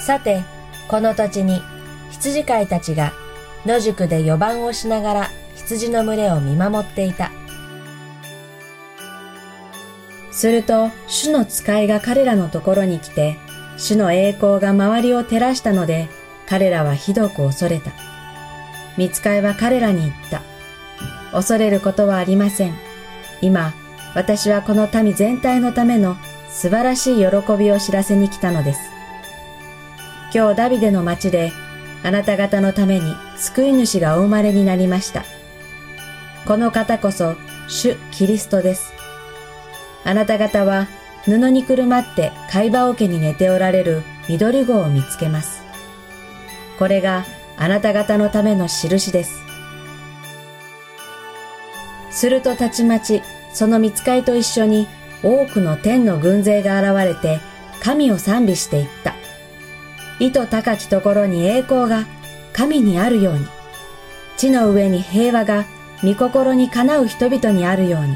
さて、この土地に羊飼いたちが野宿で夜番をしながら羊の群れを見守っていた。すると主の使いが彼らのところに来て、主の栄光が周りを照らしたので、彼らはひどく恐れた。御使いは彼らに言った。恐れることはありません。今、私はこの民全体のための素晴らしい喜びを知らせに来たのです。今日ダビデの町であなた方のために救い主がお生まれになりました。この方こそ主キリストです。あなた方は布にくるまって貝羽桶に寝ておられる緑子を見つけます。これがあなた方のための印です。するとたちまちその御使いと一緒に多くの天の軍勢が現れて神を賛美していった。意図高きところに栄光が神にあるように、地の上に平和が御心にかなう人々にあるように。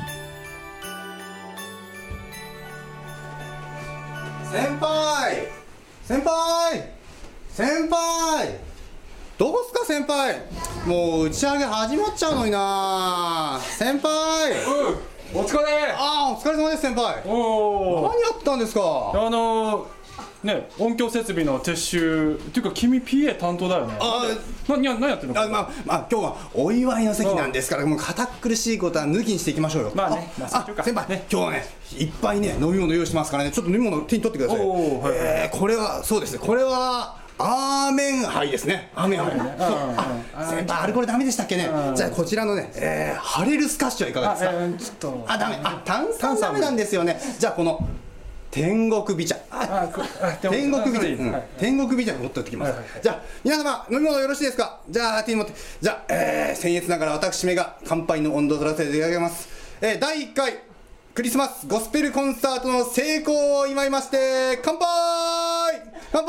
先輩どうすか先輩、もう打ち上げ始まっちゃうのにな。先輩、 お疲れ。 お疲れ様です先輩。何やったんですか。 ね、音響設備の撤収っていうか、君 PA 担当だよね。何やってるのか。 今日はお祝いの席なんですから、もう堅苦しいことは抜きにしていきましょうよ。先輩、今日はね、いっぱいね飲み物用意してますからね、ちょっと飲み物手に取ってください。これはそうですね、これはアーメンハイですね。アーメンハイ。先輩アルコールダメでしたっけね。じゃあこちらのね、ハレルスカッシュはいかがですか。 ちょっとダメ。炭酸ダメなんですよね。じゃあこの天国美茶、天国美茶持っておいてきます。じゃあ皆様飲み物よろしいですか。じゃあ手に持って、じゃあ僭越ながら私めが乾杯の音頭を取らせていただきます。第1回クリスマスゴスペルコンサートの成功を祝いまして乾杯。乾杯。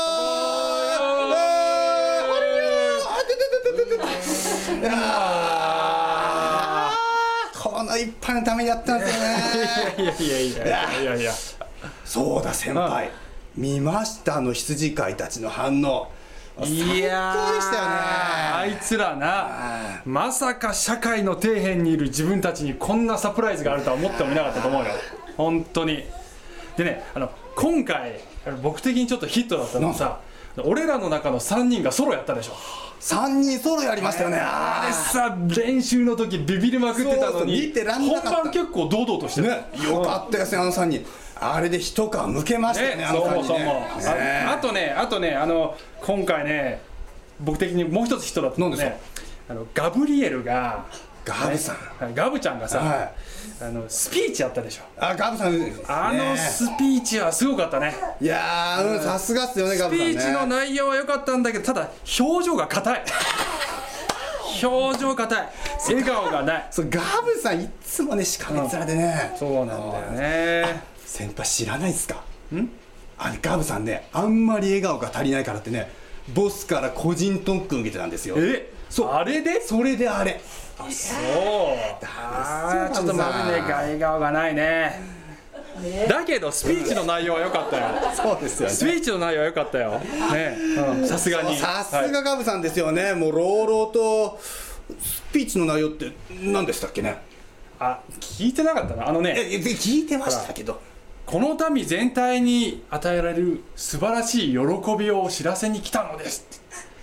この一杯のためにやったんですよね。 いやそうだ先輩、見ました羊飼いたちの反応。最高でしたよね。 あいつらな、まさか社会の底辺にいる自分たちにこんなサプライズがあるとは思ってもみなかったと思うよ、本当に。でね、今回僕的にちょっとヒットだったのはさ、俺らの中の3人がソロやったでしょ。 3人ソロやりましたよね。 あれさ、練習の時ビビりまくってたのに、本番結構堂々としてる、 ね、よかったですね、3人。あれで一皮むけましたよね、3人ね。 あとね、今回ね、僕的にもう一つヒットだったのね、ガブリエルが、ガブちゃんがさ、スピーチやったでしょ。 ガブさん、 スピーチはすごかったね。 いやー、さすがっすよね、ガブさんね。 スピーチの内容は良かったんだけど、ただ表情が硬い。表情硬い、笑顔がない。 ガブさんいつもね、しかめ面でね。 そうなんだよね。 先輩知らないっすか。ガブさんね、あんまり笑顔が足りないからってね、ボスから個人特訓受けてたんですよ。 あれで？ それであれ。 そう。ちょっとまずね、笑顔がないね。だけどスピーチの内容は良かったよ。 そうですよね。 スピーチの内容は良かったよ。ね、さすがに。 さすがガブさんですよね。もう朗々とスピーチの内容って何でしたっけね。 聞いてなかったな。 聞いてましたけど。 この民全体に与えられる素晴らしい喜びを知らせに来たのです。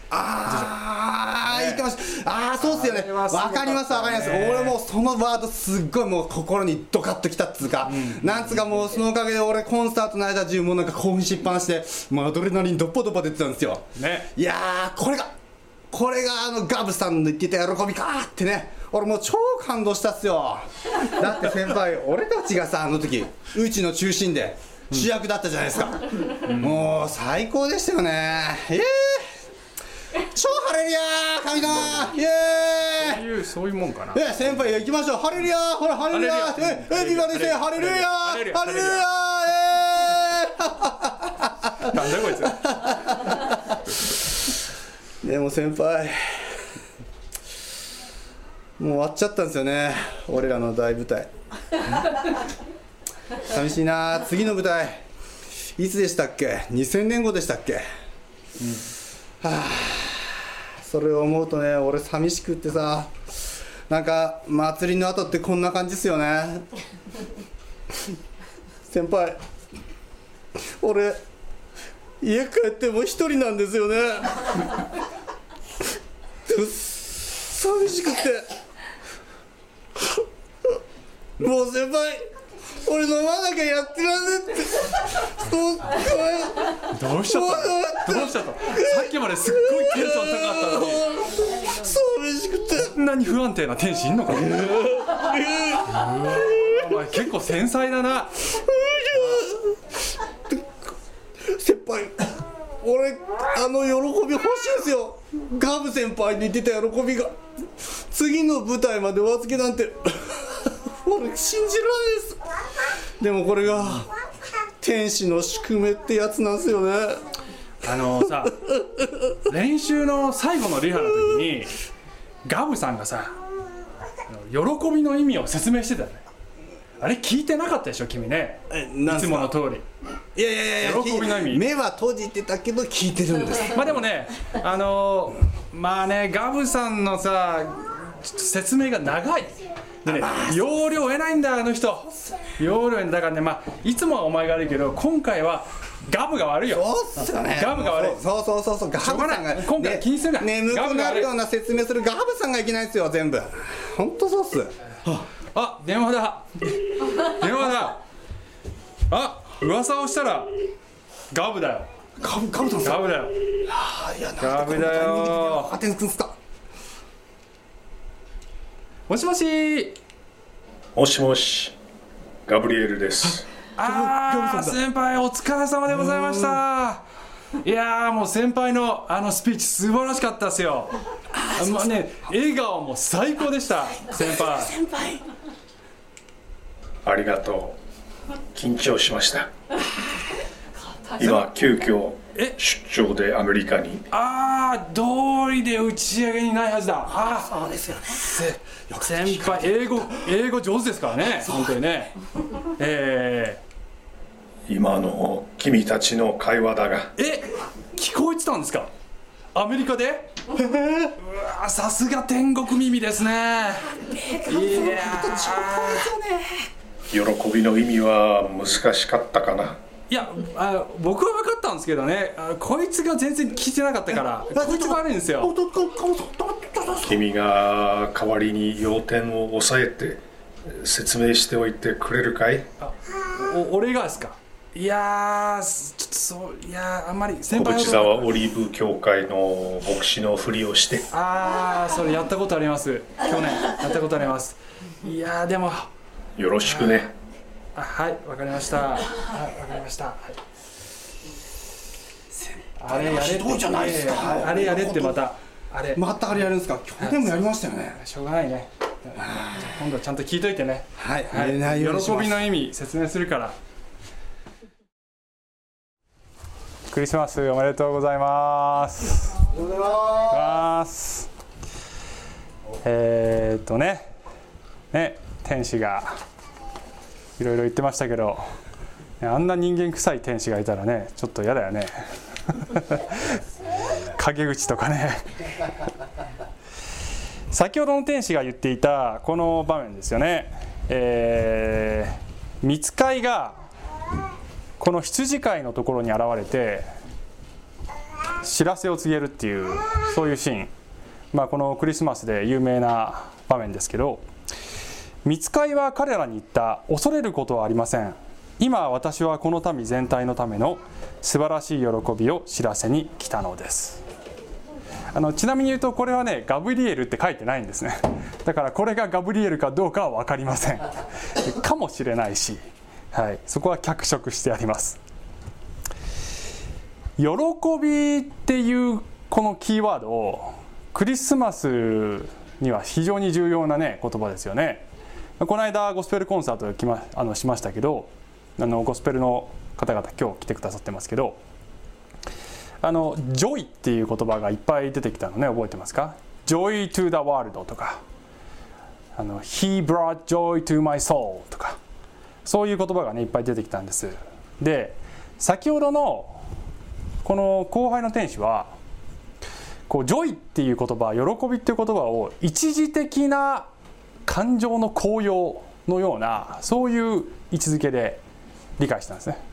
言ってました。そうっすよね。わかります。俺もそのワードすっごいもう心にドカッときたっつうか、なんつうかもうそのおかげで俺コンサートの間中もなんか興奮しっぱなしで、アドレナリンドッポドッポ出てたんですよ。いやー、これがガブさんの言ってた喜びかーってね、俺もう超感動したっすよ。だって先輩、俺たちがさ、あの時うちの中心で主役だったじゃないですか。もう最高でしたよね。超ハレルヤー神様、イエーイ。 そういうもんかな。 先輩行きましょう。ハレルヤー、ほらハレルヤー、ビバですよ、ハレルヤー、ハレルヤー、 なんだこいつ。でも先輩、もう終わっちゃったんですよね、俺らの大舞台。寂しいな。次の舞台いつでしたっけ、2000年後でしたっけ、それを思うとね、俺寂しくってさ、なんか祭りの後ってこんな感じっすよね。先輩、俺家帰っても一人なんですよね。寂しくてもう先輩、俺飲まなきゃやってらんねって。 どうしちゃったどうしちゃった。さっきまですっごいテンション高かったのに。 寂しくて。 こんなに不安定な天使いんのか。お前結構繊細だな。 先輩、俺喜び欲しいんですよ。ガブ先輩に言ってた喜びが次の舞台までお預けなんて俺信じられないです。でもこれが天使の宿命ってやつなんですよね。 さ、練習の最後のリハの時にガブさんがさ、喜びの意味を説明してたよね。あれ聞いてなかったでしょ君ね。いつもの通り。 いや喜びの意味、 目は閉じてたけど聞いてるんです。 まあでもね、まあね、ガブさんのさちょっと説明が長いでね、要領を得ないんだあの人。要領だからね、まあいつもはお前が悪いけど今回はガブが悪いよ。 そうっすよね。 ガブが悪い。 そうガブさんが今回気にするな。 眠くなるような説明するガブさんがいけないですよ全部。本当そうっす。 あ、電話だ。あ、噂をしたらガブだよ。 ガブさん。 ガブだよ。ガブだよ。 当て抜くんすか。 もしもし。 もしもし、ガブリエルです。 先輩お疲れ様でございました。いやーもう先輩のスピーチ素晴らしかったですよ。まあね、笑顔も最高でした先輩。 ありがとう。緊張しました。今急遽出張でアメリカに。 道理で打ち上げにないはずだ。 そうですよね。 先輩英語上手ですからね本当にね。 今の君たちの会話だが。 聞こえてたんですかアメリカで。うわ、さすが天国耳ですね。いや喜びの意味は難しかったかな。 いや、僕は分かったんですけどね、こいつが全然聞いてなかったからこいつが悪いんですよ。 君が代わりに要点を押さえて説明しておいてくれるかい。 俺がですか。いやーちょっとそういやーあんまり先輩小淵沢オリーブ協会の牧師のふりをして。 それやったことあります。去年やったことあります。いやーでもよろしくね。 はい、わかりました。はい、わかりました。はい、あれやれってあれやれってまたあれやるんですか。去年もやりましたよね。 しょうがないね。今度ちゃんと聞いといてね。 はい、 喜びの意味説明するから。クリスマスおめでとうございます。 おめでとうございます。 天使がいろいろ言ってましたけど、あんな人間臭い天使がいたらねちょっと嫌だよね。陰口とかね。先ほどの天使が言っていたこの場面ですよね。御使いがこの羊飼いのところに現れて知らせを告げるっていうそういうシーン、このクリスマスで有名な場面ですけど、御使いは彼らに言った。恐れることはありません。今私はこの民全体のための素晴らしい喜びを知らせに来たのです。ちなみに言うとこれはねガブリエルって書いてないんですね。だからこれがガブリエルかどうかは分かりません。かもしれないし、そこは脚色してあります。喜びっていうこのキーワードをクリスマスには非常に重要なね言葉ですよね。この間ゴスペルコンサートをしましたけど、ゴスペルの方々今日来てくださってますけど、ジョイっていう言葉がいっぱい出てきたのね、覚えてますか？ Joy to the world とかHe brought joy to my soul とか、そういう言葉がねいっぱい出てきたんです。で先ほどのこの後輩の天使はこうジョイっていう言葉、喜びっていう言葉を一時的な感情の高揚のような、そういう位置づけで理解したんですね。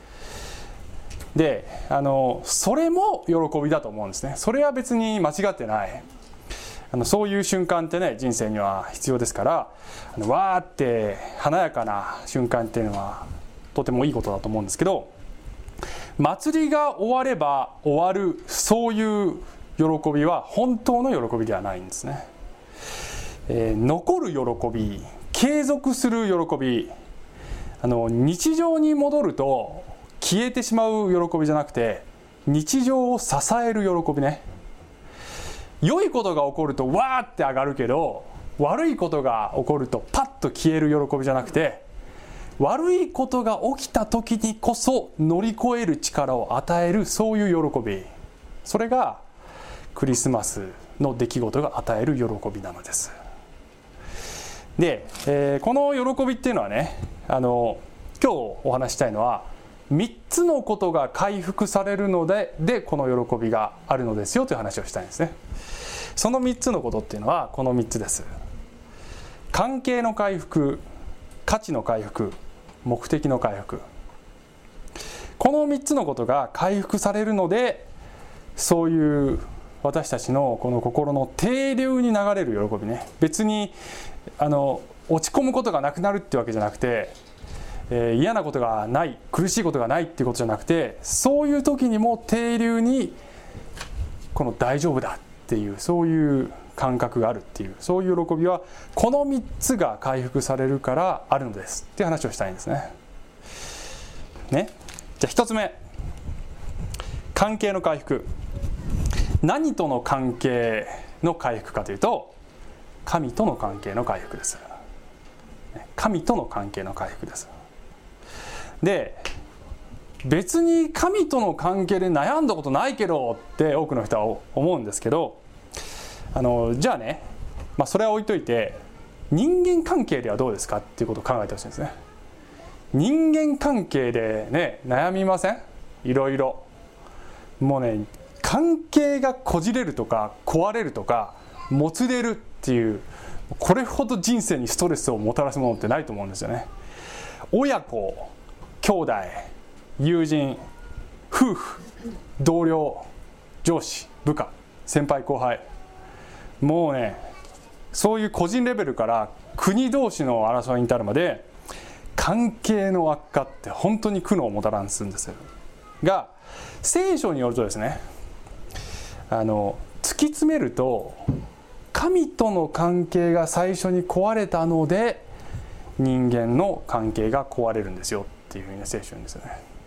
で、それも喜びだと思うんですね。それは別に間違ってない。そういう瞬間ってね、人生には必要ですから、わーって華やかな瞬間っていうのはとてもいいことだと思うんですけど、祭りが終われば終わる、そういう喜びは本当の喜びではないんですね。残る喜び、継続する喜び、日常に戻ると消えてしまう喜びじゃなくて、日常を支える喜びね。良いことが起こるとわーって上がるけど、悪いことが起こるとパッと消える喜びじゃなくて、悪いことが起きた時にこそ乗り越える力を与える、そういう喜び、それがクリスマスの出来事が与える喜びなのです。で、この喜びっていうのはね、今日お話したいのは3つのことが回復されるので、この喜びがあるのですよという話をしたいんですね。その3つのことっていうのはこの3つです。関係の回復、価値の回復、目的の回復。この3つのことが回復されるので、そういう私たちのこの心の底流に流れる喜びね。別に落ち込むことがなくなるってわけじゃなくて、嫌なことがない、苦しいことがないっていうことじゃなくて、そういう時にも底流にこの大丈夫だっていう、そういう感覚があるっていう、そういう喜びはこの3つが回復されるからあるのですっていう話をしたいんですね。じゃあ1つ目、関係の回復。何との関係の回復かというと、神との関係の回復です。神との関係の回復です。で、別に神との関係で悩んだことないけどって多くの人は思うんですけど、じゃあね、それは置いといて、人間関係ではどうですかっていうことを考えてほしいんですね。人間関係でね、悩みません？いろいろ。もうね、関係がこじれるとか壊れるとかもつれるっていう、これほど人生にストレスをもたらすものってないと思うんですよね。親子、兄弟、友人、夫婦、同僚、上司、部下、先輩後輩、もうね、そういう個人レベルから国同士の争いに至るまで、関係の悪化って本当に苦悩をもたらすんですが、聖書によるとですね、突き詰めると、神との関係が最初に壊れたので人間の関係が壊れるんですよっていうふうに聖書に言うんですよ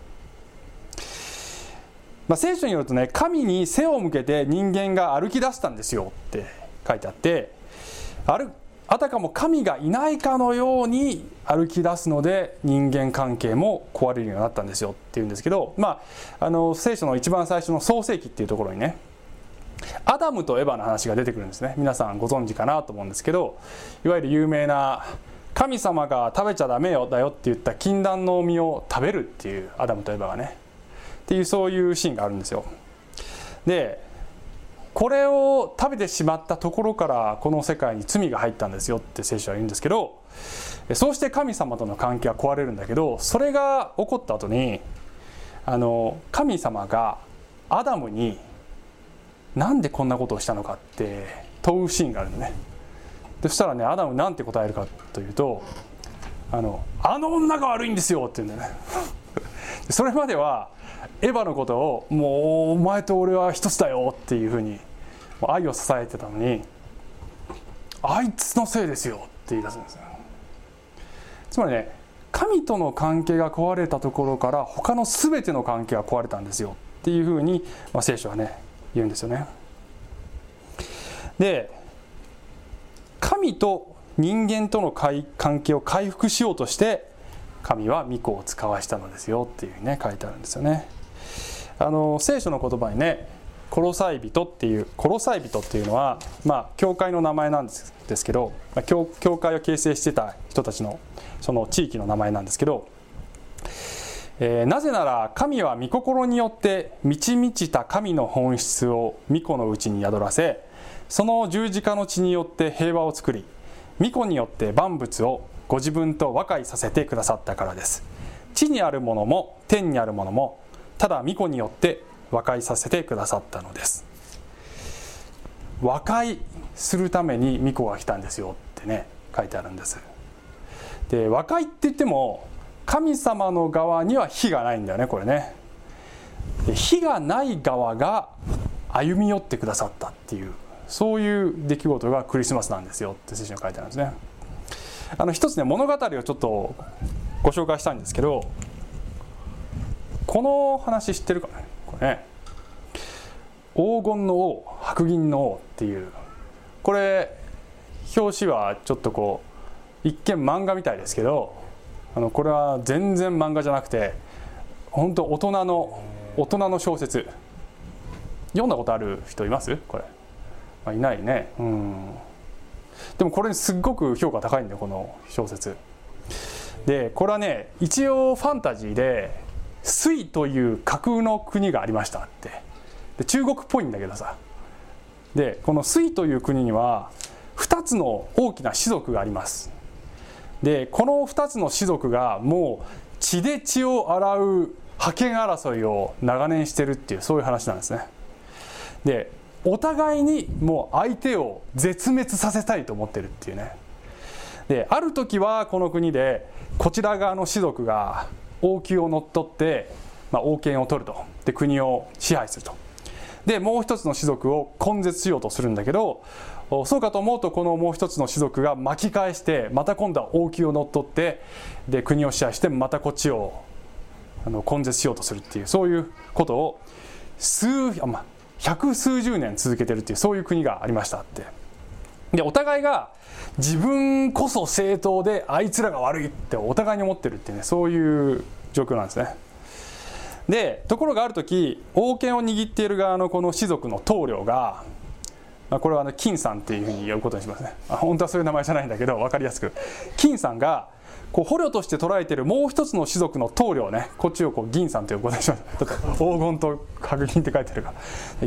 ね。聖書によるとね、神に背を向けて人間が歩き出したんですよって書いてあって、あたかも神がいないかのように歩き出すので人間関係も壊れるようになったんですよっていうんですけど、聖書の一番最初の創世記っていうところにね、アダムとエバの話が出てくるんですね。皆さんご存知かなと思うんですけど、いわゆる有名な神様が食べちゃダメよだよって言った禁断の実を食べるっていう、アダムとエバがねっていう、そういうシーンがあるんですよ。で、これを食べてしまったところからこの世界に罪が入ったんですよって聖書は言うんですけど、そうして神様との関係は壊れるんだけど、それが起こった後に神様がアダムになんでこんなことをしたのかって問うシーンがあるのね。そしたらね、アダムなんて答えるかというと、あの女が悪いんですよって言うんだよねそれまではエヴァのことをもうお前と俺は一つだよっていうふうに愛を支えてたのに、あいつのせいですよって言い出すんですよ。つまりね、神との関係が壊れたところから他の全ての関係が壊れたんですよっていうふうに、聖書はね言うんですよね。で、神と人間との関係を回復しようとして神は御子を使わしたのですよっていうふうにね書いてあるんですよね。聖書の言葉にね、コロサイ人っていうのは、教会の名前なんですけど、教会を形成してた人たちのその地域の名前なんですけど、 なぜなら神は御心によって満ち満ちた神の本質を御子のうちに宿らせ、その十字架の血によって平和を作り、御子によって万物をご自分と和解させてくださったからです。地にあるものも天にあるものもただ御子によって和解させてくださったのです。和解するために御子が来たんですよってね、書いてあるんです。で、和解って言っても神様の側には非がないんだよね、これね。で、非がない側が歩み寄ってくださったっていう、そういう出来事がクリスマスなんですよって聖書に書いてあるんですね。一つね、物語をちょっとご紹介したいんですけど、この話知ってるかね、これね、黄金の王白銀の王っていう、これ表紙はちょっとこう一見漫画みたいですけど、これは全然漫画じゃなくて本当大人の小説。読んだことある人います？これ、いないね。でもこれすっごく評価高いんだよ、この小説で。これはね、一応ファンタジーで隋という架空の国がありましたって。で、中国っぽいんだけどさ、でこの隋という国には2つの大きな氏族があります。でこの2つの氏族がもう血で血を洗う覇権争いを長年してるっていう、そういう話なんですね。でお互いにもう相手を絶滅させたいと思ってるっていうね。である時はこの国でこちら側の氏族が王宮を乗っ取って、王権を取ると。で国を支配すると。でもう一つの氏族を根絶しようとするんだけど、そうかと思うとこのもう一つの氏族が巻き返して、また今度は王宮を乗っ取って、で国を支配して、またこっちを根絶しようとするっていう、そういうことを百数十年続けてるっていう、そういう国がありましたって。でお互いが自分こそ正当であいつらが悪いってお互いに思ってるっていうね、そういう状況なんですね。でところがある時、王権を握っている側のこの氏族の頭領が、これは金さんっていうふうに呼ぶことにしますね。本当はそういう名前じゃないんだけど、分かりやすく金さんがこう捕虜として捉えているもう一つの氏族の頭領ね、こっちをこう銀さんと呼ぶことにします。だって黄金と白銀って書いてるから。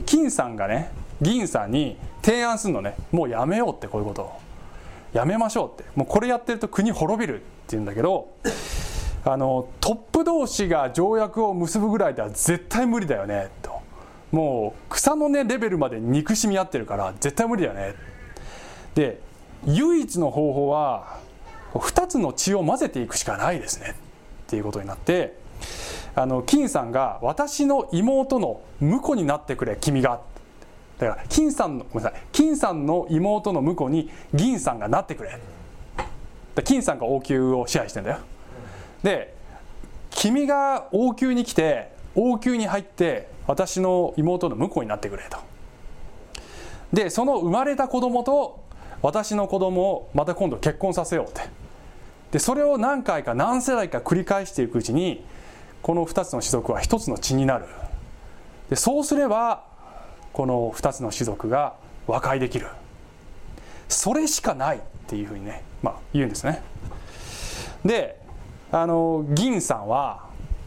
金さんがね、銀さんに提案するのね、もうやめようって、こういうことをやめましょうって、もうこれやってると国滅びるって言うんだけど、トップ同士が条約を結ぶぐらいでは絶対無理だよねと。もう草の根レベルまで憎しみ合ってるから絶対無理だよね。で唯一の方法は2つの血を混ぜていくしかないですねっていうことになって、金さんが私の妹の婿になってくれ君が。だから金さんの妹の婿に銀さんがなってくれ。金さんが王宮を支配してんだよ。で君が王宮に来て王宮に入って私の妹の婿になってくれと。でその生まれた子供と私の子供をまた今度結婚させようって。でそれを何回か何世代か繰り返していくうちに、この2つの氏族は1つの血になる。でそうすればこの2つの氏族が和解できる。それしかないっていうふうにね、言うんですね。で銀さんは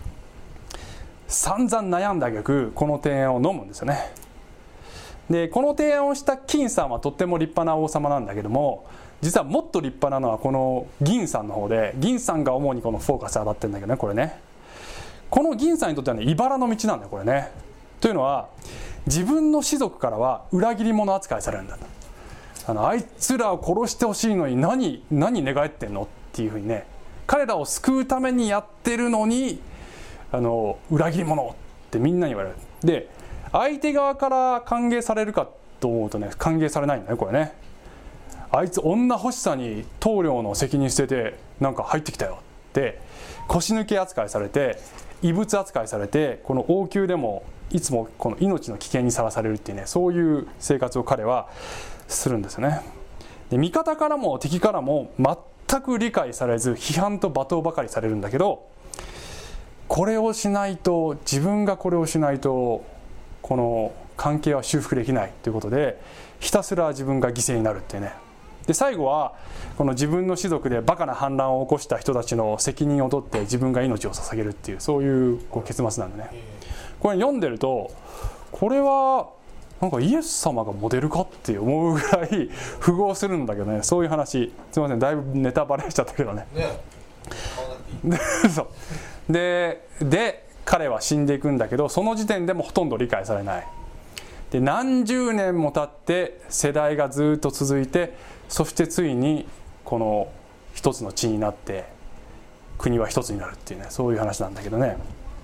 散々悩んだ挙句この提案を飲むんですよね。でこの提案をした金さんはとっても立派な王様なんだけども、実はもっと立派なのはこの銀さんの方で、銀さんが主にこのフォーカス当たってるんだけどね、これね。この銀さんにとってはね、茨の道なんだよこれね。というのは自分の氏族からは裏切り者扱いされるんだ。あいつらを殺してほしいのに何寝返ってんのっていうふうにね、彼らを救うためにやってるのに裏切り者ってみんなに言われる。で相手側から歓迎されるかと思うとね、歓迎されないんだねこれね。あいつ女欲しさに棟梁の責任捨ててなんか入ってきたよって腰抜け扱いされて、異物扱いされて、この王宮でもいつもこの命の危険にさらされるっていうね、そういう生活を彼はするんですよね。で味方からも敵からも全く理解されず、批判と罵倒ばかりされるんだけど、これをしないと、自分がこれをしないとこの関係は修復できないということで、ひたすら自分が犠牲になるっていうね、 で最後はこの自分の士族でバカな反乱を起こした人たちの責任を取って自分が命を捧げるっていう、そういう結末なんでね、これ読んでるとこれはなんかイエス様がモデルかって思うぐらい符合するんだけどね、そういう話、すいませんだいぶネタバレしちゃったけどね。そうで彼は死んでいくんだけど、その時点でもほとんど理解されない。で何十年も経って世代がずっと続いて、そしてついにこの一つの地になって国は一つになるっていうね、そういう話なんだけどね。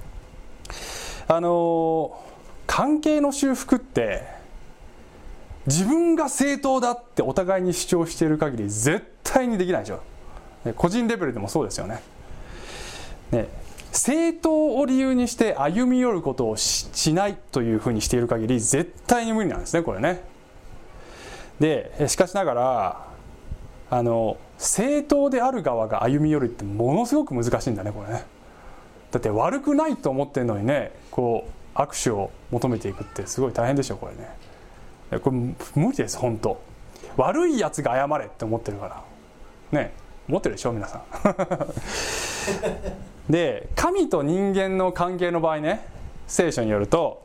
関係の修復って自分が正当だってお互いに主張している限り絶対にできないでしょ。個人レベルでもそうですよね。正当を理由にして歩み寄ることを しないというふうにしている限り絶対に無理なんですね、これね。でしかしながら正当である側が歩み寄るってものすごく難しいんだね、これね。だって悪くないと思ってるのにね、こう握手を求めていくってすごい大変でしょ、これね。これ無理です、本当。悪いやつが謝れって思ってるからね、思ってるでしょ皆さん。で神と人間の関係の場合ね、聖書によると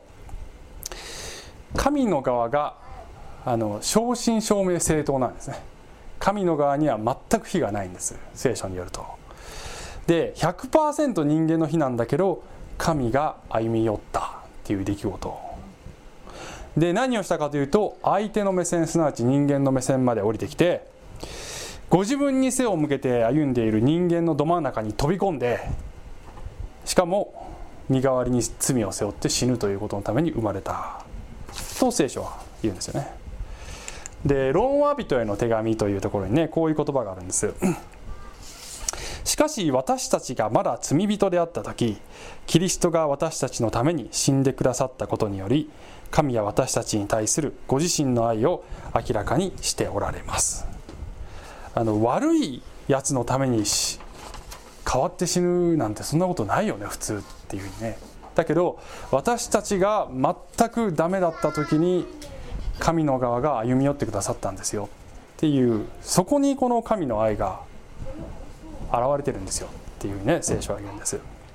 神の側が正真正銘正当なんですね。神の側には全く非がないんです、聖書によると。で 100% 人間の非なんだけど神が歩み寄ったっていう出来事で、何をしたかというと相手の目線、すなわち人間の目線まで降りてきて、ご自分に背を向けて歩んでいる人間のど真ん中に飛び込んで、しかも身代わりに罪を背負って死ぬということのために生まれたと聖書は言うんですよね。でローマ人への手紙というところにね、こういう言葉があるんです。しかし私たちがまだ罪人であった時、キリストが私たちのために死んでくださったことにより、神は私たちに対するご自身の愛を明らかにしておられます。悪いやつのために変わって死ぬなんてそんなことないよね普通っていうふうにね。だけど私たちが全くダメだった時に神の側が歩み寄ってくださったんですよっていう、そこにこの神の愛が現れてるんですよっていうね、聖書は言うんです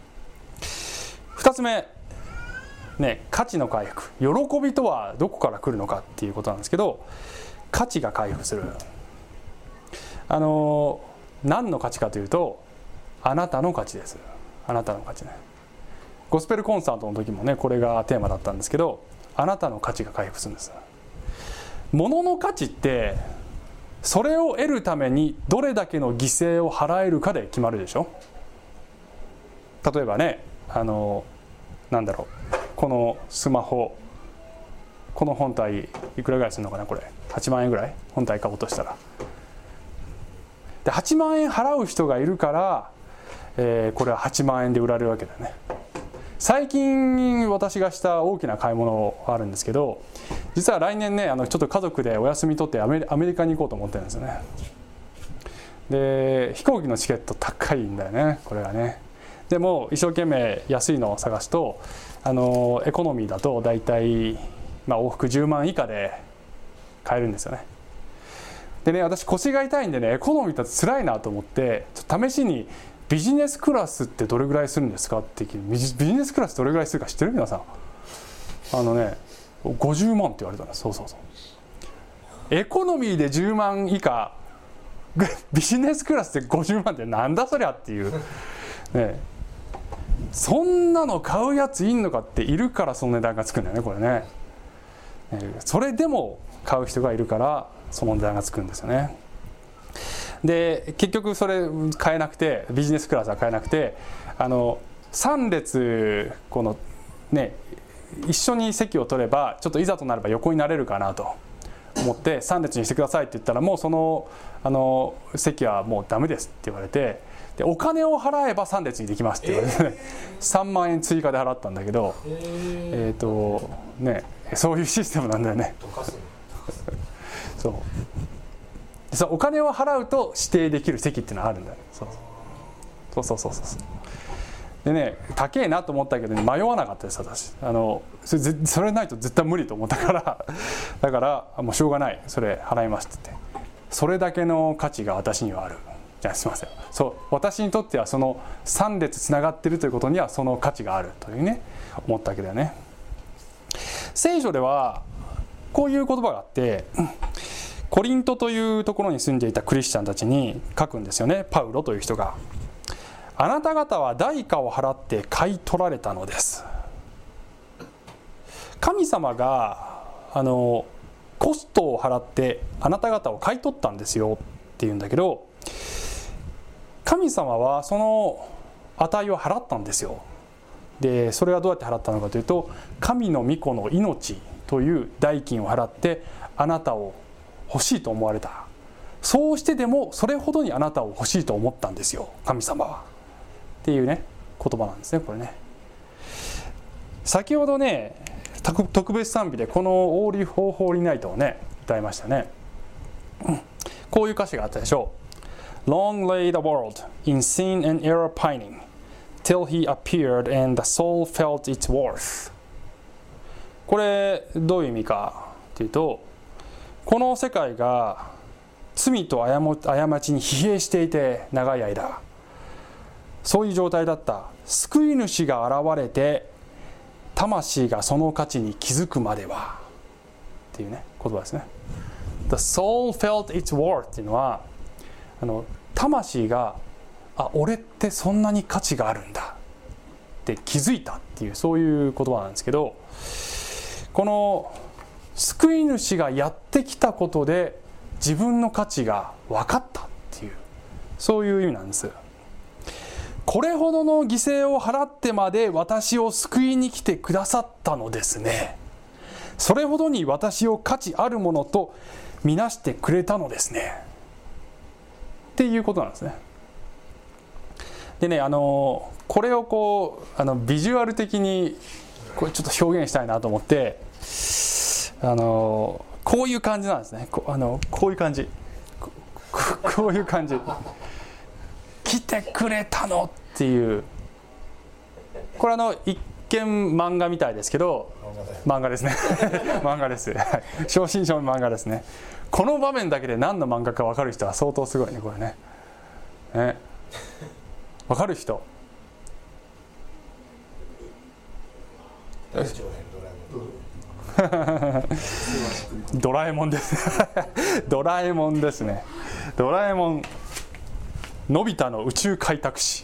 。2つ目ね、価値の回復、喜びとはどこから来るのかっていうことなんですけど、価値が回復する。何の価値かというと、あなたの価値です。あなたの価値ね。ゴスペルコンサートの時もね、これがテーマだったんですけど、あなたの価値が回復するんです。物の価値ってそれを得るためにどれだけの犠牲を払えるかで決まるでしょ。例えばね、なんだろう、このスマホ、この本体いくらぐらいするのかな、これ8万円ぐらい、本体買おうとしたら。で8万円払う人がいるから、これは8万円で売られるわけだよね。最近私がした大きな買い物があるんですけど、実は来年ね、ちょっと家族でお休み取ってアメリカに行こうと思ってるんですよね。で飛行機のチケット高いんだよね、これはね。でも一生懸命安いのを探すと、エコノミーだとだいたい往復10万以下で買えるんですよね。でね、私腰が痛いんでね、エコノミーだと辛いなと思って、ちょっと試しにビジネスクラスってどれぐらいするんですかって聞いて、ビジネスクラスどれぐらいするか知ってる皆さん。50万って言われたんです。そうそうそう。エコノミーで10万以下、ビジネスクラスで50万ってなんだそりゃっていう、ね、そんなの買うやついんのかっているからその値段がつくんだよね、これね。それでも買う人がいるからその値段がつくんですよね。で結局それ買えなくて、ビジネスクラスは買えなくて、3列このね一緒に席を取ればちょっといざとなれば横になれるかなと思って3列にしてくださいって言ったら、もうその席はもうダメですって言われて、でお金を払えば3列にできますって言われて、ね3万円追加で払ったんだけど、ね、そういうシステムなんだよね。そうお金を払うと指定できる席っていうのがあるんだよ。そうでね、高えなと思ったけど、ね、迷わなかったです私。それないと絶対無理と思ったからだからもうしょうがない、それ払いますって言って。 それだけの価値が私にはある。じゃあすみません、そう私にとってはその3列つながっているということにはその価値があるというね思ったわけだよね。聖書ではこういう言葉があって、コリントというところに住んでいたクリスチャンたちに書くんですよね。パウロという人が、あなた方は代価を払って買い取られたのです。神様がコストを払ってあなた方を買い取ったんですよっていうんだけど、神様はその値を払ったんですよ。でそれはどうやって払ったのかというと、神の御子の命という代金を払ってあなたを欲しいと思われた。そうしてでもそれほどにあなたを欲しいと思ったんですよ、神様はっていうね言葉なんですね、これね。先ほどね特別賛美でこの「オーリー・フォー・ホーリー・ナイト」をね歌いましたね。こういう歌詞があったでしょう。Long lay the world in sin and error pining till he appeared and the soul felt its worth。 これどういう意味かというと、この世界が罪と過ちに疲弊していて長い間そういう状態だった。救い主が現れて魂がその価値に気づくまではっていうね言葉ですね。 The soul felt its worth っていうのは魂が俺ってそんなに価値があるんだって気づいたっていうそういう言葉なんですけど、この救い主がやってきたことで自分の価値が分かったっていうそういう意味なんです。これほどの犠牲を払ってまで私を救いに来てくださったのですね。それほどに私を価値あるものとみなしてくれたのですねっていうことなんですね。でねこれをこうビジュアル的にこれちょっと表現したいなと思ってこういう感じなんですね。こういう感じこういう感じ来てくれたのっていう、これ一見漫画みたいですけど漫画ですね漫画です、はい、正真正銘漫画ですね。この場面だけで何の漫画か分かる人は相当すごいねこれね。分かる人ドラえもんですドラえもんですね。ドラえもんのび太の宇宙開拓史。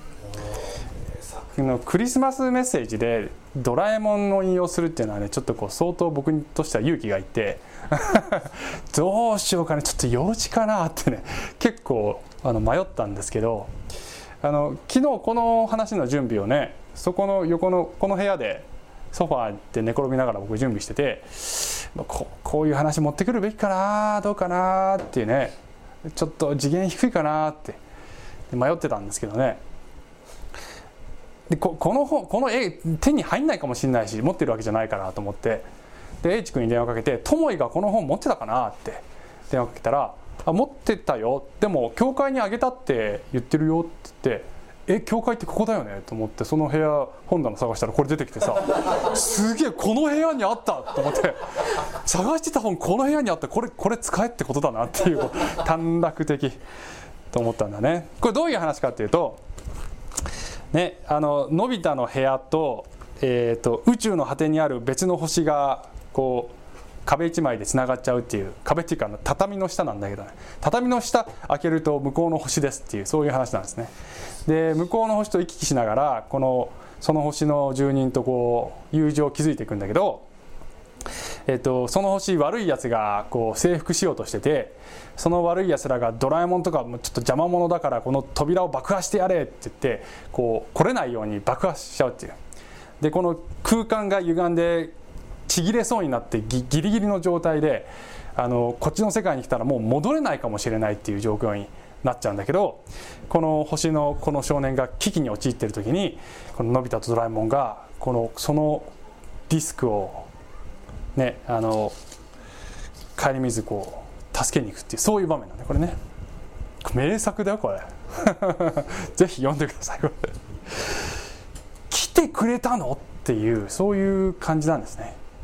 クリスマスメッセージでドラえもんを引用するっていうのはねちょっとこう相当僕としては勇気がいってどうしようかねちょっと幼稚かなってね結構迷ったんですけど、昨日この話の準備をねそこの横のこの部屋でソファーで寝転びながら僕準備してて、こういう話持ってくるべきかなどうかなっていうねちょっと次元低いかなって迷ってたんですけどね。でこの絵手に入んないかもしれないし持ってるわけじゃないからと思って、で H 君に電話かけて「ともいがこの本持ってたかな?」って電話かけたら「持ってたよ、でも教会にあげたって言ってるよ」って言って「教会ってここだよね」と思ってその部屋本棚探したらこれ出てきてさすげえこの部屋にあったと思って探してた本この部屋にあった、これ使えってことだなっていう短絡的と思ったんだね。これどういう話かっていうとね、のび太の部屋と、宇宙の果てにある別の星がこう壁一枚でつながっちゃうっていう、壁っていうか畳の下なんだけどね、畳の下開けると向こうの星ですっていうそういう話なんですね。で向こうの星と行き来しながらその星の住人とこう友情を築いていくんだけど、その星悪いやつがこう征服しようとしてて、その悪いやつらがドラえもんとかちょっと邪魔者だからこの扉を爆破してやれって言ってこう来れないように爆破しちゃうっていう。でこの空間が歪んでちぎれそうになってギリギリの状態でこっちの世界に来たらもう戻れないかもしれないっていう状況になっちゃうんだけど、この星のこの少年が危機に陥っている時にこののび太とドラえもんがそのディスクをね帰り水こう助けに行くっていうそういう場面なんだこれね。名作だよこれぜひ読んでください。これ来てくれたのっていうそういう感じなんですね。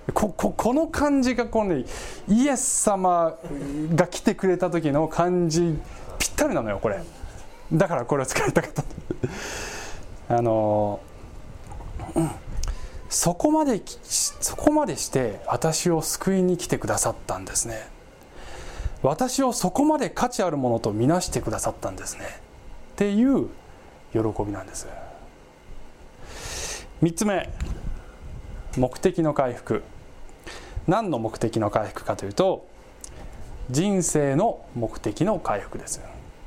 この感じがイエス様が来てくれた時の感じぴったりなのよこれ。だからこれを使いたかったそこまでして私を救いに来てくださったんですね。私をそこまで価値あるものとみなしてくださったんですねっていう喜びなんです。3つ目、目的の回復。何の目的の回復かというと、人生の目的の回復です。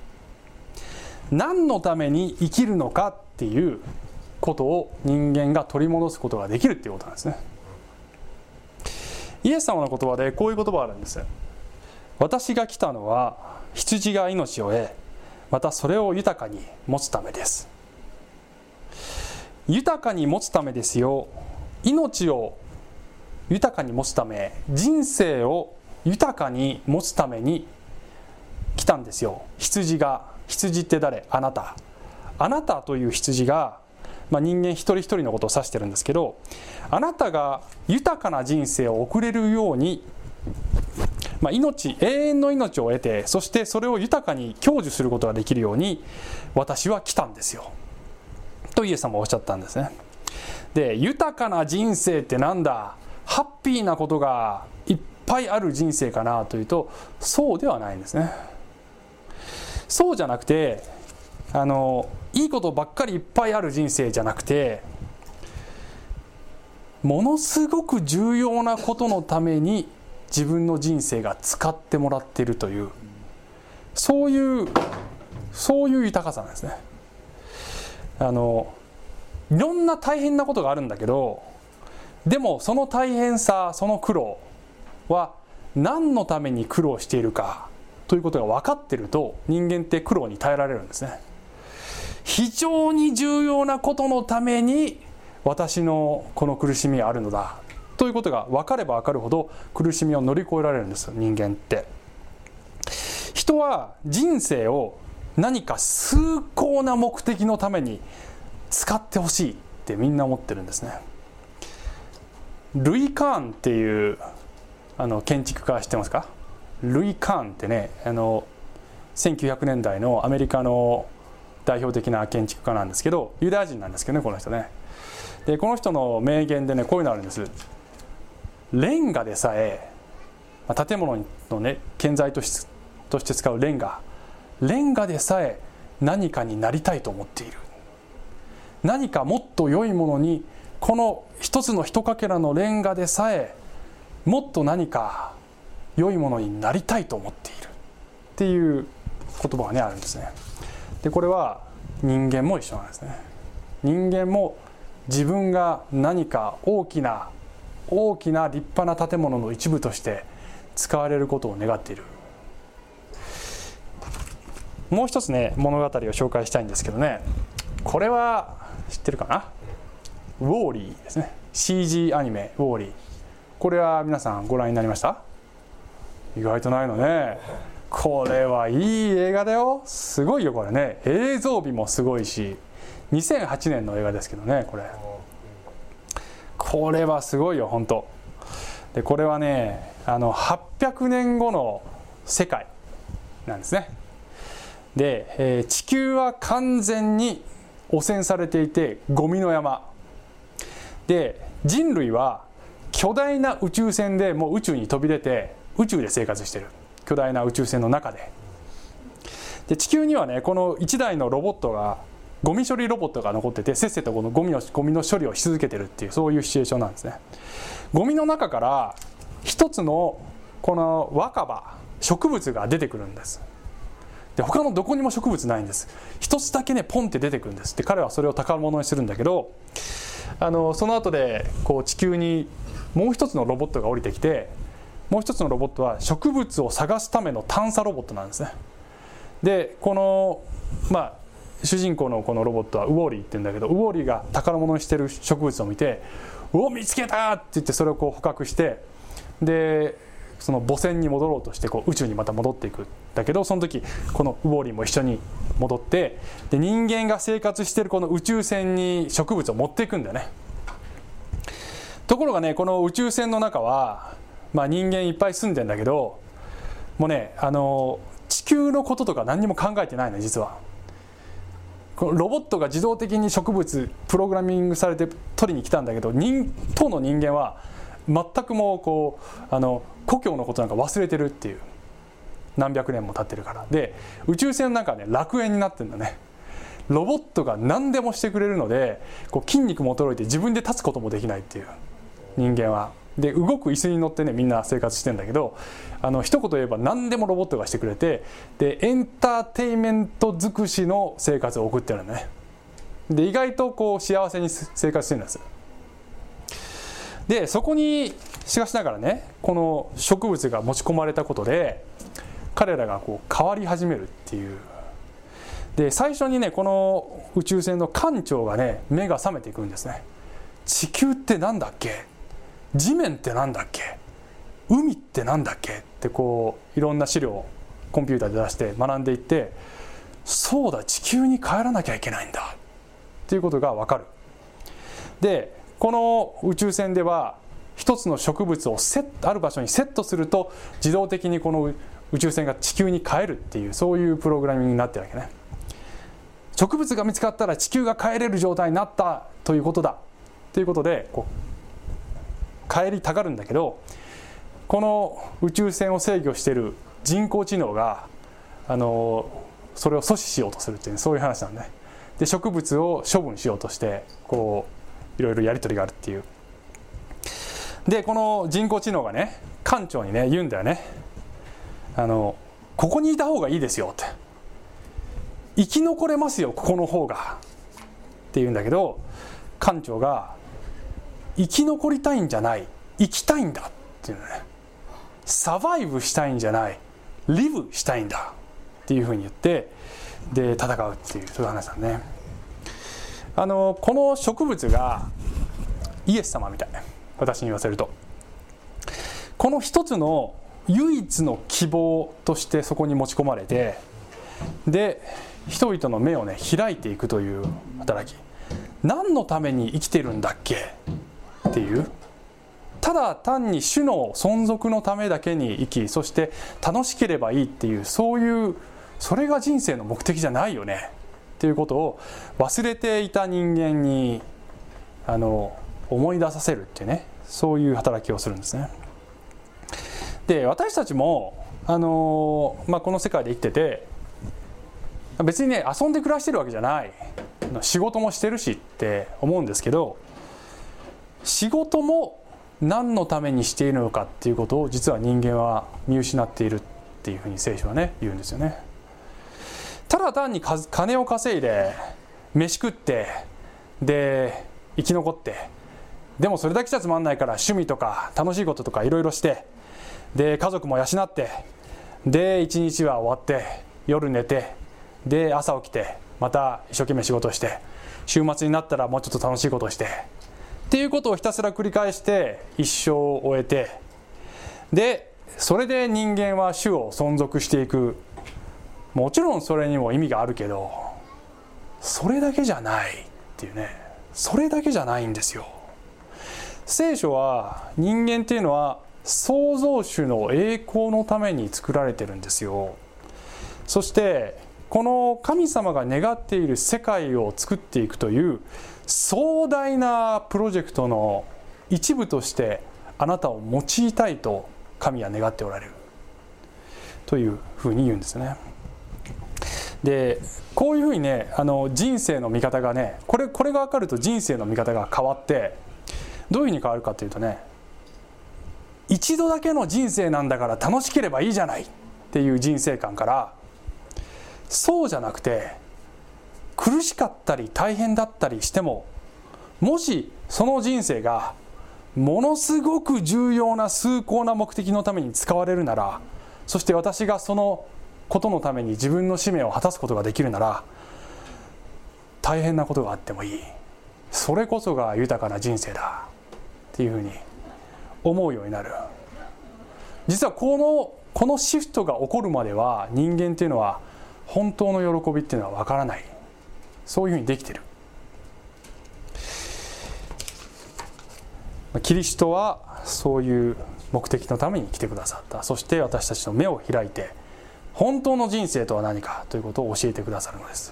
何のために生きるのかっていうことを人間が取り戻すことができるっていうことなんですね。イエス様の言葉でこういう言葉があるんです。私が来たのは羊が命を得、またそれを豊かに持つためです。豊かに持つためですよ。命を豊かに持つため、人生を豊かに持つために来たんですよ。羊って誰？あなた。あなたという羊が、人間一人一人のことを指してるんですけど、あなたが豊かな人生を送れるように、永遠の命を得て、そしてそれを豊かに享受することができるように私は来たんですよとイエス様はおっしゃったんですね。で、豊かな人生ってなんだ、ハッピーなことがいっぱいある人生かなというと、そうではないんですね。そうじゃなくて、いいことばっかりいっぱいある人生じゃなくて、ものすごく重要なことのために自分の人生が使ってもらっているという、そういう豊かさなんですね。いろんな大変なことがあるんだけど、でもその大変さ、その苦労は何のために苦労しているかということが分かっていると、人間って苦労に耐えられるんですね。非常に重要なことのために私のこの苦しみがあるのだということが分かれば分かるほど苦しみを乗り越えられるんです。人間って、人は人生を何か崇高な目的のために使ってほしいってみんな思ってるんですね。ルイ・カーンっていう建築家知ってますか？ルイ・カーンってね、1900年代のアメリカの代表的な建築家なんですけど、ユダヤ人なんですけどね、この人ね。で、この人の名言でね、こういうのあるんです。レンガでさえ、建物のね、建材として使うレンガでさえ何かになりたいと思っている。何かもっと良いものに、この一つの一かけらのレンガでさえもっと何か良いものになりたいと思っているっていう言葉がねあるんですね。で、これは人間も一緒なんですね。人間も自分が何か大きな立派な建物の一部として使われることを願っている。もう一つね、物語を紹介したいんですけどね、これは知ってるかな？ウォーリーですね。 CG アニメウォーリー、これは皆さんご覧になりました？意外とないのね。これはいい映画だよ。すごいよこれね。映像美もすごいし、2008年の映画ですけどね、これはすごいよ本当で、これはね、800年後の世界なんですね。で、地球は完全に汚染されていてゴミの山で、人類は巨大な宇宙船でもう宇宙に飛び出て宇宙で生活している。巨大な宇宙船の中で、地球にはね、この1台のロボットが、ゴミ処理ロボットが残ってて、せっせとこのゴミの処理をし続けてるっていう、そういうシチュエーションなんですね。ゴミの中から一つのこの若葉、植物が出てくるんです。で、他のどこにも植物ないんです。一つだけね、ポンって出てくるんです。で、彼はそれを宝物にするんだけど、その後でこう地球にもう一つのロボットが降りてきて、もう一つのロボットは植物を探すための探査ロボットなんですね。で、この主人公のこのロボットはウォーリーって言うんだけど、ウォーリーが宝物にしてる植物を見て、お、見つけたって言って、それをこう捕獲して、でその母船に戻ろうとしてこう宇宙にまた戻っていくんだけど、その時このウォーリーも一緒に戻って、で人間が生活しているこの宇宙船に植物を持っていくんだよね。 ところがね、この宇宙船の中は、人間いっぱい住んでんだけど、もうね、地球のこととか何にも考えてないの、実は。このロボットが自動的に植物プログラミングされて取りに来たんだけど、当の人間は全くもう故郷のことなんか忘れてるっていう。何百年も経ってるから。で、宇宙船なんかね、楽園になってるんだね。ロボットが何でもしてくれるので、筋肉も衰えて自分で立つこともできないっていう、人間は。で、動く椅子に乗ってね、みんな生活してんだけど、一言言えば何でもロボットがしてくれて、でエンターテインメント尽くしの生活を送ってるんだね。で、意外と幸せに生活してるんです。で、そこにしかしながらね、この植物が持ち込まれたことで彼らが変わり始めるっていう。で、最初にね、この宇宙船の艦長がね、目が覚めていくんですね。地球ってなんだっけ、地面ってなんだっけ、海ってなんだっけっていろんな資料をコンピューターで出して学んでいって、そうだ、地球に帰らなきゃいけないんだっていうことが分かる。で、この宇宙船では一つの植物をある場所にセットすると自動的にこの宇宙船が地球に帰るっていう、そういうプログラミングになってるわけね。植物が見つかったら地球が帰れる状態になったということだということで帰りたがるんだけど、この宇宙船を制御している人工知能がそれを阻止しようとするっていう、そういう話なんね。で、植物を処分しようとしていろいろやり取りがあるっていう。で、この人工知能がね、艦長にね言うんだよね。ここにいた方がいいですよって、生き残れますよここの方がって言うんだけど、艦長が生き残りたいんじゃない、生きたいんだっていうのね。サバイブしたいんじゃない、リブしたいんだっていうふうに言って、で戦うっていう、そういう話だね。この植物がイエス様みたい、私に言わせると。この一つの唯一の希望としてそこに持ち込まれて、で人々の目をね開いていくという働き。何のために生きてるんだっけっていう、ただ単に種の存続のためだけに生き、そして楽しければいいっていう、それが人生の目的じゃないよねっていうことを忘れていた人間に思い出させるっていうね、そういう働きをするんですね。で、私たちもこの世界で生きてて、別にね遊んで暮らしてるわけじゃない、仕事もしてるしって思うんですけど、仕事も何のためにしているのかっていうことを実は人間は見失っているっていうふうに聖書はね言うんですよね。ただ単に金を稼いで飯食ってで生き残って、でもそれだけじゃつまんないから趣味とか楽しいこととかいろいろして、で家族も養って、で一日は終わって夜寝て、で朝起きてまた一生懸命仕事して、週末になったらもうちょっと楽しいことをしてっていうことをひたすら繰り返して一生を終えて、でそれで人間は種を存続していく。もちろんそれにも意味があるけど、それだけじゃないっていうね、それだけじゃないんですよ。聖書は人間っていうのは創造主の栄光のために作られてるんですよ。そしてこの神様が願っている世界を作っていくという壮大なプロジェクトの一部としてあなたを用いたいと神は願っておられるというふうに言うんですね。でこういうふうにね人生の見方がね、これが分かると人生の見方が変わって、どういうふうに変わるかというとね、一度だけの人生なんだから楽しければいいじゃないっていう人生観から、そうじゃなくて苦しかったり大変だったりしても、もしその人生がものすごく重要な崇高な目的のために使われるなら、そして私がそのことのために自分の使命を果たすことができるなら、大変なことがあってもいい、それこそが豊かな人生だっていうふうに思うようになる。実はこのシフトが起こるまでは人間っていうのは本当の喜びっていうのは分からない、そういうふうにできてる。 キリストはそういう目的のために来てくださった。そして私たちの目を開いて本当の人生とは何かということを教えてくださるのです。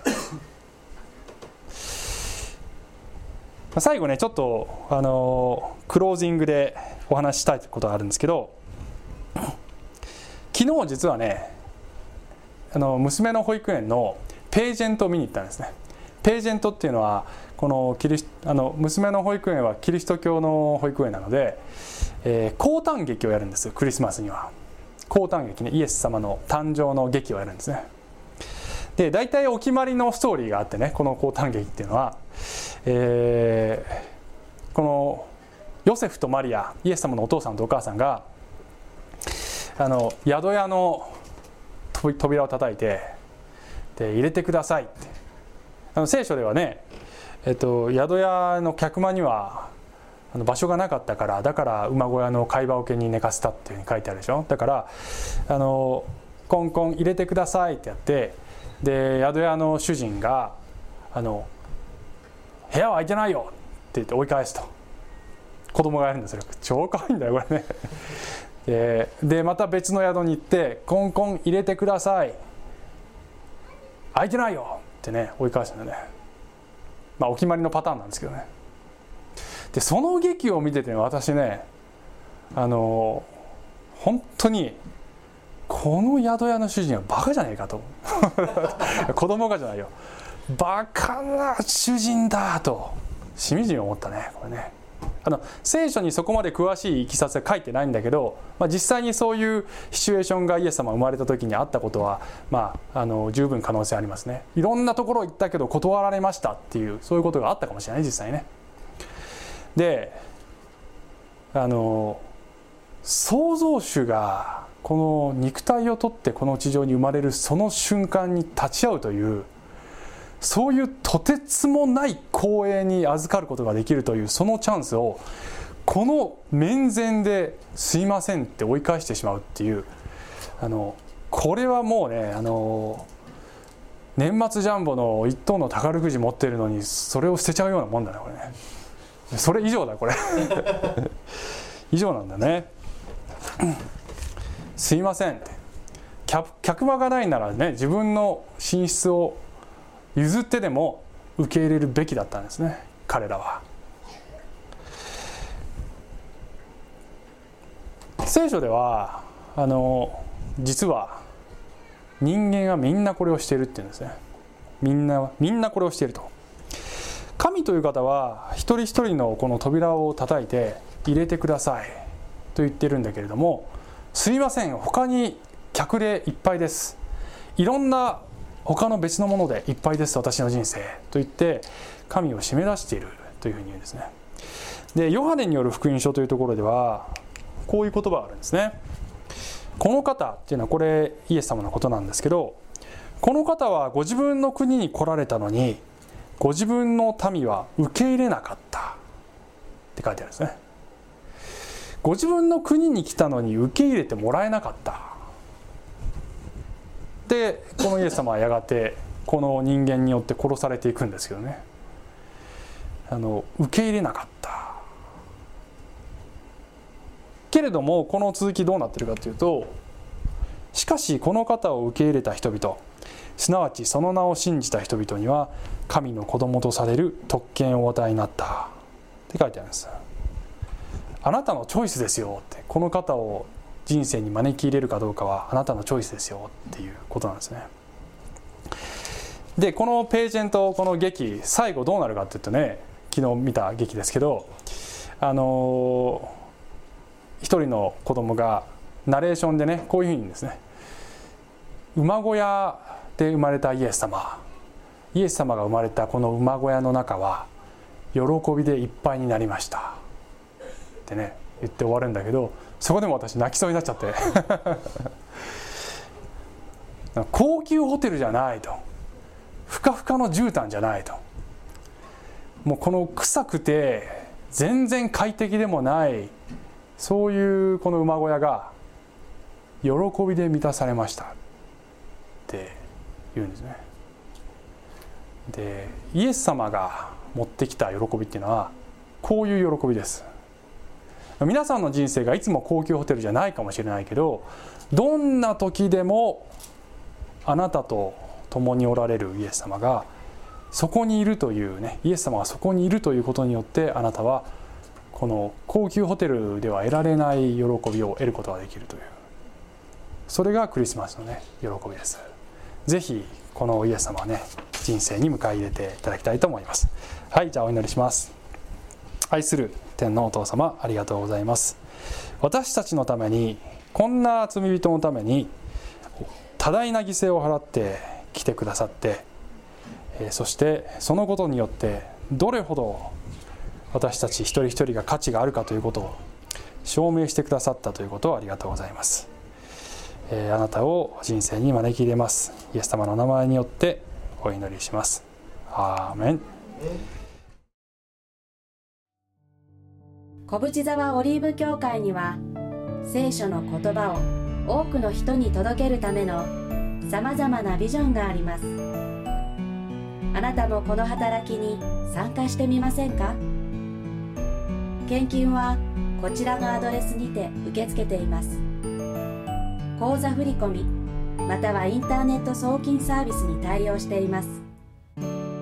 最後ね、ちょっとクロージングでお話ししたいことがあるんですけど、昨日実はね、娘の保育園のページェントを見に行ったんですね。ページェントっていうのはこの娘の保育園はキリスト教の保育園なので、降誕劇をやるんですよ。クリスマスには降誕劇ね、イエス様の誕生の劇をやるんですね。で大体お決まりのストーリーがあってね、この降誕劇っていうのは、このヨセフとマリア、イエス様のお父さんとお母さんが宿屋の扉を叩いて、で入れてくださいって、聖書ではね、宿屋の客間には場所がなかったから、だから馬小屋の貝羽桶に寝かせたっていうふうに書いてあるでしょ。だからコンコン入れてくださいってやって、で宿屋の主人が部屋は空いてないよって言って追い返すと。子供がやるんですよ。超可愛いんだよこれね。でまた別の宿に行ってコンコン入れてください、空いてないよってね追い返すんだよね。まあお決まりのパターンなんですけどね。でその劇を見てて私ね、本当にこの宿屋の主人はバカじゃねえかと子供がじゃないよ、バカな主人だとしみじみ思ったね。これね、聖書にそこまで詳しいいきさつは書いてないんだけど、実際にそういうシチュエーションがイエス様が生まれた時にあったことは、十分可能性ありますね。いろんなところ行ったけど断られましたっていう、そういうことがあったかもしれない実際ね。で創造主がこの肉体を取ってこの地上に生まれるその瞬間に立ち会うという、そういうとてつもない光栄に預かることができるというそのチャンスをこの面前ですいませんって追い返してしまうっていう、これはもうね、年末ジャンボの1等の宝くじ持ってるのにそれを捨てちゃうようなもんだねこれね。それ以上だこれ以上なんだね。すいませんって、客間がないならね、自分の寝室を譲ってでも受け入れるべきだったんですね、彼らは。聖書では実は人間がみんなこれをしているっていうんですね。みんなこれをしていると。神という方は一人一人のこの扉を叩いて入れてくださいと言ってるんだけれども、すいません、他に客でいっぱいです、いろんな他の別のものでいっぱいです私の人生と言って神を締め出しているというふうに言うんですね。でヨハネによる福音書というところではこういう言葉があるんですね。この方っていうのはこれイエス様のことなんですけど、この方はご自分の国に来られたのにご自分の民は受け入れなかったって書いてあるんですね。ご自分の国に来たのに受け入れてもらえなかった。でこのイエス様はやがてこの人間によって殺されていくんですけどね、受け入れなかったけれども、この続きどうなっているかというと、しかしこの方を受け入れた人々、すなわちその名を信じた人々には神の子供とされる特権をお与えになったって書いてあるんです。あなたのチョイスですよって、この方を人生に招き入れるかどうかはあなたのチョイスですよっていうことなんですね。でこのページェント、この劇最後どうなるかっていうとね、昨日見た劇ですけど、一人の子供がナレーションでねこういうふうに言うんですね。馬小屋で生まれたイエス様が生まれたこの馬小屋の中は喜びでいっぱいになりましたってね言って終わるんだけど、そこでも私泣きそうになっちゃって高級ホテルじゃないと、ふかふかの絨毯じゃないと、もうこの臭くて全然快適でもない、そういうこの馬小屋が喜びで満たされましたって言うんですね。でイエス様が持ってきた喜びっていうのはこういう喜びです。 皆さんの人生がいつも高級ホテルじゃないかもしれないけど、どんな時でもあなたと共におられるイエス様がそこにいるというね、イエス様がそこにいるということによって、あなたはこの高級ホテルでは得られない喜びを得ることができるという、それがクリスマスのね、喜びです。ぜひこのイエス様はね、人生に迎え入れていただきたいと思います。はい、じゃあお祈りします。愛する天のお父様、ありがとうございます。私たちのために、こんな罪人のために多大な犠牲を払って来てくださって、そしてそのことによってどれほど私たち一人一人が価値があるかということを証明してくださったということをありがとうございます。あなたを人生に招き入れます。イエス様の名前によってお祈りします。アーメン。 小淵沢オリーブ教会には、聖書の言葉を多くの人に届けるためのさまざまなビジョンがあります。あなたもこの働きに参加してみませんか？献金はこちらのアドレスにて受け付けています。口座振込またはインターネット送金サービスに対応しています。